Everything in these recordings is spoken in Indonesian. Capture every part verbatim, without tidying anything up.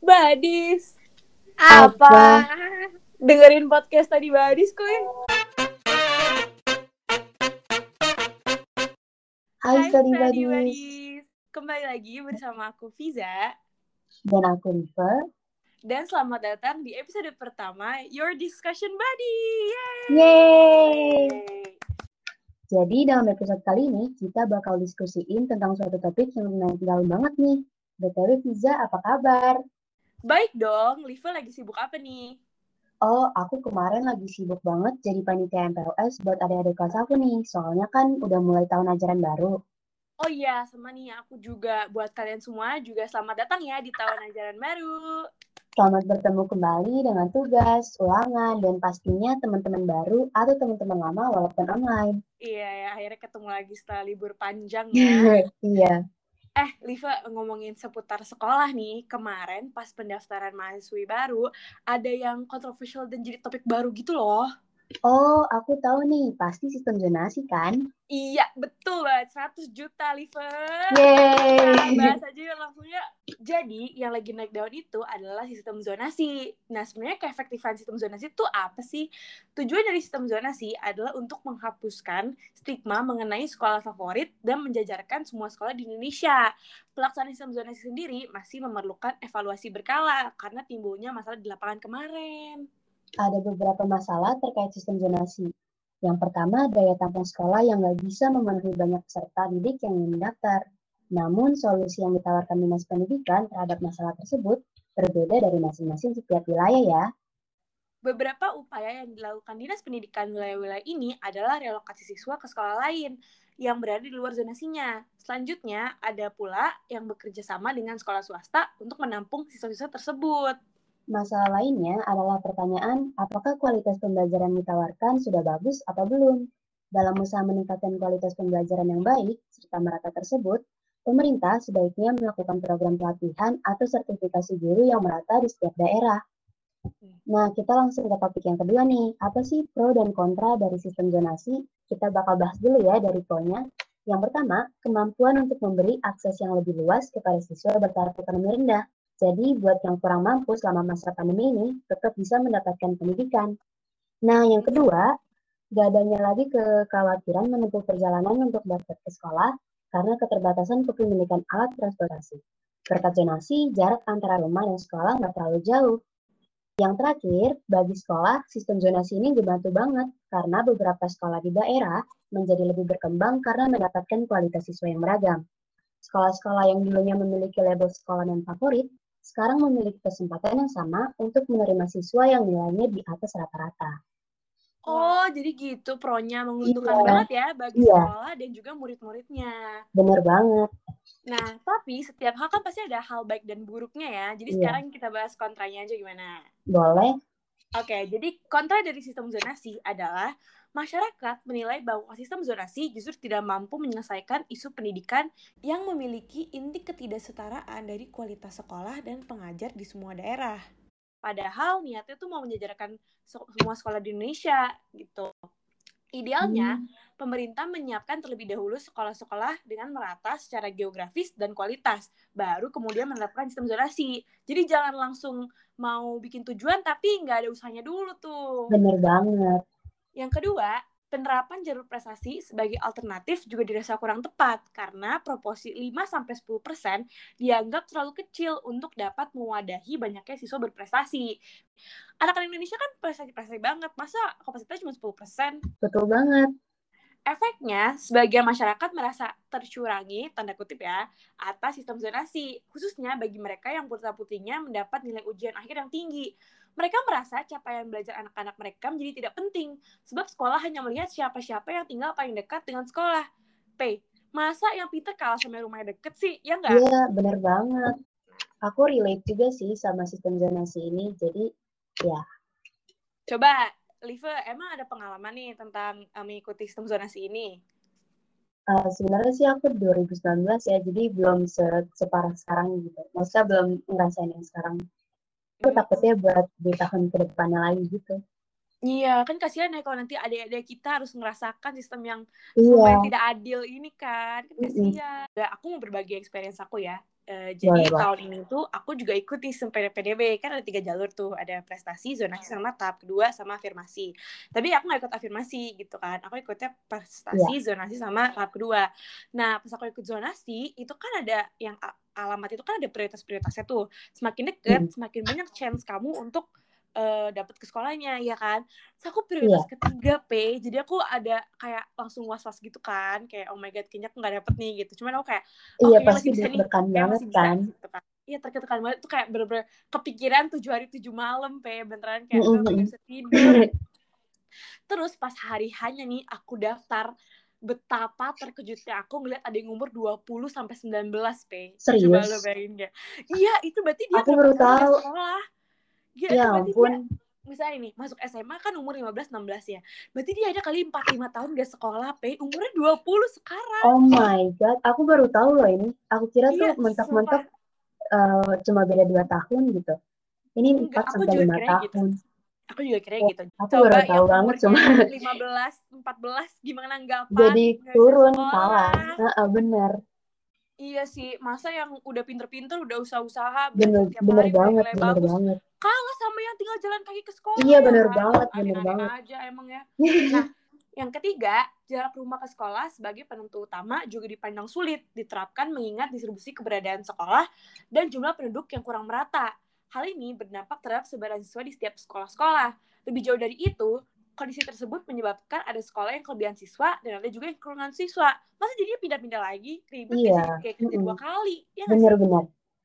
Badis. Apa? Dengerin podcast tadi Badis kuy. Hai Hai Study Study Buddies. Badis. Kembali lagi bersama aku Fiza. Dan aku River. Dan selamat datang di episode pertama Your Discussion Buddy. Yeay! Yeay! Jadi dalam episode kali ini kita bakal diskusiin tentang suatu topik yang menarik dalam banget nih. B T W Fiza, apa kabar? Baik dong, Liva lagi sibuk apa nih? Oh, aku kemarin lagi sibuk banget jadi panitia M P L S buat adik-adik kelas aku nih. Soalnya kan udah mulai tahun ajaran baru. Oh iya, sama nih aku juga buat kalian semua juga selamat datang ya di tahun ajaran baru. Selamat bertemu kembali dengan tugas, ulangan, dan pastinya teman-teman baru atau teman-teman lama walaupun online. Iya ya, akhirnya ketemu lagi setelah libur panjang ya. Iya. Eh, Liva, ngomongin seputar sekolah nih, kemarin pas pendaftaran mahasiswi baru, ada yang kontroversial dan jadi topik baru gitu loh. Oh, aku tahu nih, pasti sistem zonasi kan? Iya, betul banget, seratus juta, Liva. Yeay! Nah, bahas aja yuk langsungnya. Jadi, yang lagi naik daun itu adalah sistem zonasi. Nah, sebenarnya keefektifan sistem zonasi itu apa sih? Tujuan dari sistem zonasi adalah untuk menghapuskan stigma mengenai sekolah favorit dan menjajarkan semua sekolah di Indonesia. Pelaksanaan sistem zonasi sendiri masih memerlukan evaluasi berkala karena timbulnya masalah di lapangan kemarin. Ada beberapa masalah terkait sistem zonasi. Yang pertama, daya tampung sekolah yang nggak bisa memenuhi banyak peserta didik yang ingin mendaftar. Namun, solusi yang ditawarkan Dinas Pendidikan terhadap masalah tersebut berbeda dari masing-masing setiap wilayah ya. Beberapa upaya yang dilakukan Dinas Pendidikan wilayah-wilayah ini adalah relokasi siswa ke sekolah lain yang berada di luar zonasinya. Selanjutnya, ada pula yang bekerja sama dengan sekolah swasta untuk menampung siswa-siswa tersebut. Masalah lainnya adalah pertanyaan apakah kualitas pembelajaran ditawarkan sudah bagus atau belum. Dalam usaha meningkatkan kualitas pembelajaran yang baik serta merata tersebut, pemerintah sebaiknya melakukan program pelatihan atau sertifikasi guru yang merata di setiap daerah. Nah, kita langsung ke topik yang kedua nih. Apa sih pro dan kontra dari sistem zonasi? Kita bakal bahas dulu ya dari pro-nya. Yang pertama, kemampuan untuk memberi akses yang lebih luas kepada siswa bertaraf ekonomi rendah. Jadi, buat yang kurang mampu selama masa pandemi ini, tetap bisa mendapatkan pendidikan. Nah, yang kedua, gak adanya lagi kekhawatiran menempuh perjalanan untuk dapat ke sekolah karena keterbatasan kepemilikan alat transportasi. Berkat zonasi, jarak antara rumah dan sekolah nggak terlalu jauh. Yang terakhir, bagi sekolah, sistem zonasi ini dibantu banget karena beberapa sekolah di daerah menjadi lebih berkembang karena mendapatkan kualitas siswa yang beragam. Sekolah-sekolah yang dulunya memiliki label sekolah non favorit, sekarang memiliki kesempatan yang sama untuk menerima siswa yang nilainya di atas rata-rata. Oh, jadi gitu pronya menguntungkan Iya. banget ya bagi Iya. sekolah dan juga murid-muridnya. Bener banget. Nah, tapi setiap hal kan pasti ada hal baik dan buruknya ya. Jadi Iya. sekarang kita bahas kontranya aja gimana? Boleh. Oke, jadi kontra dari sistem zonasi adalah masyarakat menilai bahwa sistem zonasi justru tidak mampu menyelesaikan isu pendidikan yang memiliki inti ketidaksetaraan dari kualitas sekolah dan pengajar di semua daerah. Padahal niatnya tuh mau menjajarkan semua sekolah di Indonesia gitu. Idealnya, hmm. pemerintah menyiapkan terlebih dahulu sekolah-sekolah dengan merata secara geografis dan kualitas, baru kemudian menerapkan sistem zonasi. Jadi jangan langsung mau bikin tujuan tapi nggak ada usahanya dulu tuh. Bener banget. Yang kedua, penerapan jalur prestasi sebagai alternatif juga dirasa kurang tepat karena proporsi lima sampai sepuluh persen dianggap terlalu kecil untuk dapat mewadahi banyaknya siswa berprestasi. Anak-anak Indonesia kan prestasi-prestasi banget, masa kapasitasnya cuma sepuluh persen? Betul banget. Efeknya, sebagian masyarakat merasa tercurangi, tanda kutip ya, atas sistem zonasi, khususnya bagi mereka yang putra-putrinya mendapat nilai ujian akhir yang tinggi. Mereka merasa capaian belajar anak-anak mereka menjadi tidak penting, sebab sekolah hanya melihat siapa-siapa yang tinggal paling dekat dengan sekolah. P, masa yang pintar kalah sama rumahnya deket sih, ya nggak? Iya, bener banget. Aku relate juga sih sama sistem zonasi ini, jadi ya. Coba, Liva, emang ada pengalaman nih tentang uh, mengikuti sistem zonasi ini? Uh, sebenarnya sih aku dua ribu sembilan belas ya, jadi belum se- separah sekarang gitu. Maksudnya belum ngerasain yang sekarang. Aku Hmm. takutnya buat di tahun ke depannya lagi gitu. Iya, kan kasihan ya kalau nanti adik-adik kita harus merasakan sistem yang Iya. lumayan tidak adil ini kan, kan Mm-mm. kasihan. Nah, aku mau berbagi experience aku ya. Uh, Boleh, jadi boleh. tahun ini tuh aku juga ikut di sistem P D B, kan ada tiga jalur tuh, ada prestasi, zonasi, sama tahap kedua, sama afirmasi. Tapi aku nggak ikut afirmasi gitu kan, aku ikutnya prestasi, Iya. zonasi, sama tahap kedua. Nah, pas aku ikut zonasi, itu kan ada yang alamat itu kan ada prioritas-prioritasnya tuh. Semakin deket, Mm. semakin banyak chance kamu untuk Uh, dapat ke sekolahnya, ya kan. So aku Iya. prioritas ketiga P, jadi aku ada kayak langsung was-was gitu kan, kayak oh my god, kayaknya aku nggak dapet nih gitu. Cuman aku kayak oh Iya, kayaknya pasti masih bisa nih, deg-degan kayak banget masih bisa kan. gitu kan. Iya, tertekan banget tuh, kayak bener-bener kepikiran tujuh hari tujuh malam P, beneran kayak Mm-mm. aduh gak bisa tidur. Terus pas hari hanya nih aku daftar, betapa terkejutnya aku ngeliat ada yang umur dua puluh sampai sembilan belas P. Serius? Coba lo bayangin gak? Iya, itu berarti dia Aku berapa baru tahun gak tahu. sekolah. Gila, Ya itu berarti dia, ampun. misalnya nih, masuk S M A kan umur lima belas enam belas ya. Berarti dia ada kali empat lima tahun gak sekolah, P. Umurnya dua puluh sekarang. Oh my god, aku baru tahu loh ini. Aku kira Iya, tuh mentok-mentok sumpah. uh, cuma beda dua tahun gitu. Ini Enggak, empat aku sampai juga lima kira gitu. tahun. Aku juga kira Wah, gitu. aku baru Coba tahu yang banget cuma umurnya lima belas, empat belas, gimana nggak jadi fun, nggak bisa turun salah. sekolah. Nah, bener. Iya sih, masa yang udah pinter-pinter, udah usaha-usaha, belajar Bener, tiap bener hari, banget, nilai-nilai bener bagus, banget. kalah sama yang tinggal jalan kaki ke sekolah, Iya, ya bener kan? banget, bener Aneh-aneh banget. aja emang ya. Nah, yang ketiga, jarak rumah ke sekolah sebagai penentu utama juga dipandang sulit diterapkan mengingat distribusi keberadaan sekolah dan jumlah penduduk yang kurang merata. Hal ini berdampak terhadap sebaran siswa di setiap sekolah-sekolah. Lebih jauh dari itu, kondisi tersebut menyebabkan ada sekolah yang kelebihan siswa dan ada juga yang kekurangan siswa. Masa jadinya pindah-pindah lagi? Ribet Iya, gak sih? Kayak kerja dua kali, ya gak sih? bener-bener.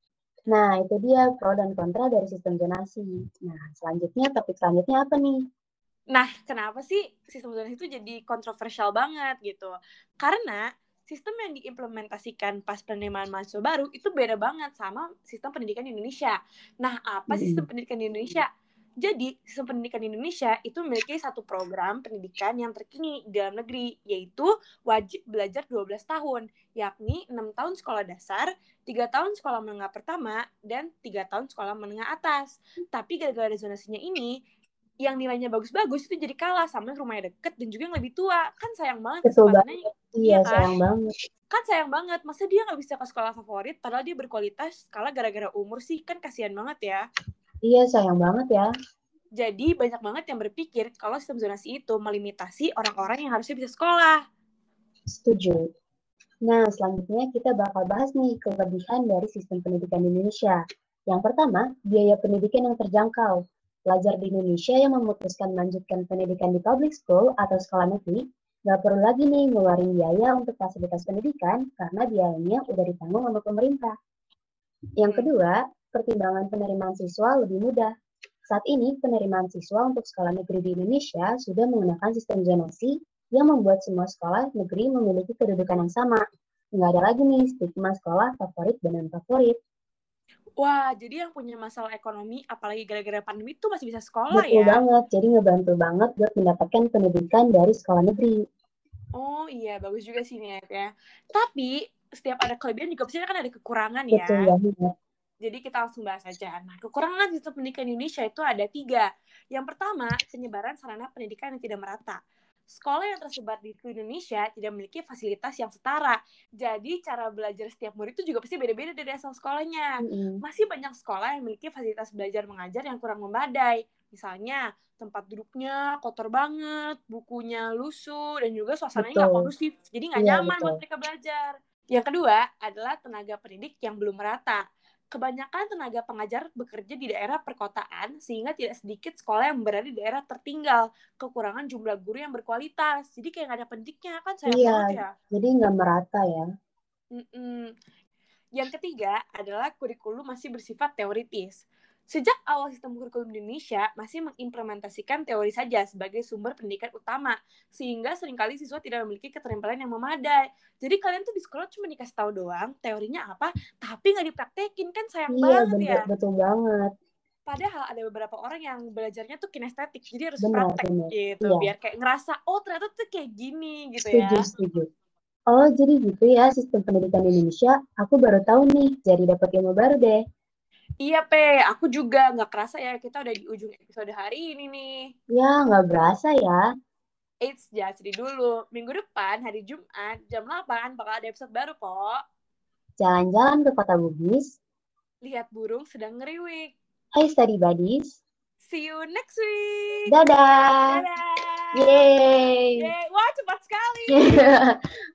Nah, itu dia pro dan kontra dari sistem zonasi. Nah, selanjutnya, topik selanjutnya apa nih? Nah, kenapa sih sistem zonasi itu jadi kontroversial banget gitu? Karena sistem yang diimplementasikan pas penerimaan mahasiswa baru itu beda banget sama sistem pendidikan di Indonesia. Nah, apa sih sistem pendidikan di Indonesia? Jadi, sistem pendidikan di Indonesia itu memiliki satu program pendidikan yang terkini di dalam negeri, yaitu wajib belajar dua belas tahun, yakni enam tahun sekolah dasar, tiga tahun sekolah menengah pertama, dan tiga tahun sekolah menengah atas. Tapi gara-gara zonasinya ini, yang nilainya bagus-bagus itu jadi kalah sama yang rumahnya deket dan juga yang lebih tua. Kan sayang banget Betul kesempatannya. banget. Iya, Iya kan? sayang banget. Kan sayang banget. Masa dia nggak bisa ke sekolah favorit padahal dia berkualitas, kalah gara-gara umur sih, kan kasihan banget ya. Iya, sayang banget ya. Jadi banyak banget yang berpikir kalau sistem zonasi itu melimitasi orang-orang yang harusnya bisa sekolah. Setuju. Nah, selanjutnya kita bakal bahas nih kelebihan dari sistem pendidikan di Indonesia. Yang pertama, biaya pendidikan yang terjangkau. Pelajar di Indonesia yang memutuskan melanjutkan pendidikan di public school atau sekolah negeri, nggak perlu lagi nih ngeluarin biaya untuk fasilitas pendidikan karena biayanya udah ditanggung oleh pemerintah. Yang kedua, pertimbangan penerimaan siswa lebih mudah. Saat ini, penerimaan siswa untuk sekolah negeri di Indonesia sudah menggunakan sistem zonasi yang membuat semua sekolah negeri memiliki kedudukan yang sama. Nggak ada lagi nih stigma sekolah favorit dan non-favorit. Wah, jadi yang punya masalah ekonomi, apalagi gara-gara pandemi itu masih bisa sekolah Betul ya? banget, jadi ngebantu banget buat mendapatkan pendidikan dari sekolah negeri. Oh iya, bagus juga sih Niat ya. Tapi, setiap ada kelebihan juga pasti kan ada kekurangan ya. Betul banget. Jadi kita langsung bahas aja. Nah, kekurangan sistem pendidikan di Indonesia itu ada tiga. Yang pertama, penyebaran sarana pendidikan yang tidak merata. Sekolah yang tersebar di Indonesia tidak memiliki fasilitas yang setara. Jadi, cara belajar setiap murid itu juga pasti beda-beda dari asal sekolahnya. Mm-hmm. Masih banyak sekolah yang memiliki fasilitas belajar mengajar yang kurang memadai. Misalnya, tempat duduknya kotor banget, bukunya lusuh, dan juga suasananya nggak kondusif. Jadi nggak iya, nyaman betul. buat mereka belajar. Yang kedua adalah tenaga pendidik yang belum merata. Kebanyakan tenaga pengajar bekerja di daerah perkotaan, sehingga tidak sedikit sekolah yang berada di daerah tertinggal. Kekurangan jumlah guru yang berkualitas. Jadi kayak nggak ada pendidiknya, kan sayang iya, banget ya. jadi nggak merata ya. Mm-mm. Yang ketiga adalah kurikulum masih bersifat teoritis. Sejak awal sistem kurikulum di Indonesia masih mengimplementasikan teori saja sebagai sumber pendidikan utama, sehingga seringkali siswa tidak memiliki keterampilan yang memadai. Jadi kalian tuh di sekolah cuma dikasih tahu doang teorinya apa, tapi nggak dipraktekin, kan sayang Iya, banget bener, ya. betul banget. Padahal ada beberapa orang yang belajarnya tuh kinestetik, jadi harus Benar, praktek benar. gitu, Iya. biar kayak ngerasa, oh ternyata tuh kayak gini gitu Setuju, ya. setuju. Oh, jadi gitu ya sistem pendidikan di Indonesia. Aku baru tahu nih, jadi dapat ilmu baru deh. Iya, Pe. Aku juga nggak kerasa ya kita udah di ujung episode hari ini nih. Ya, nggak berasa ya. Eits, jangan sedih dulu. Minggu depan, hari Jumat, jam delapan, bakal ada episode baru kok. Jalan-jalan ke kota Bugis. Lihat burung sedang ngeriwik. Hai study buddies. See you next week. Dadah. Dadah. Yeay. Yeay. Wah, cepat sekali.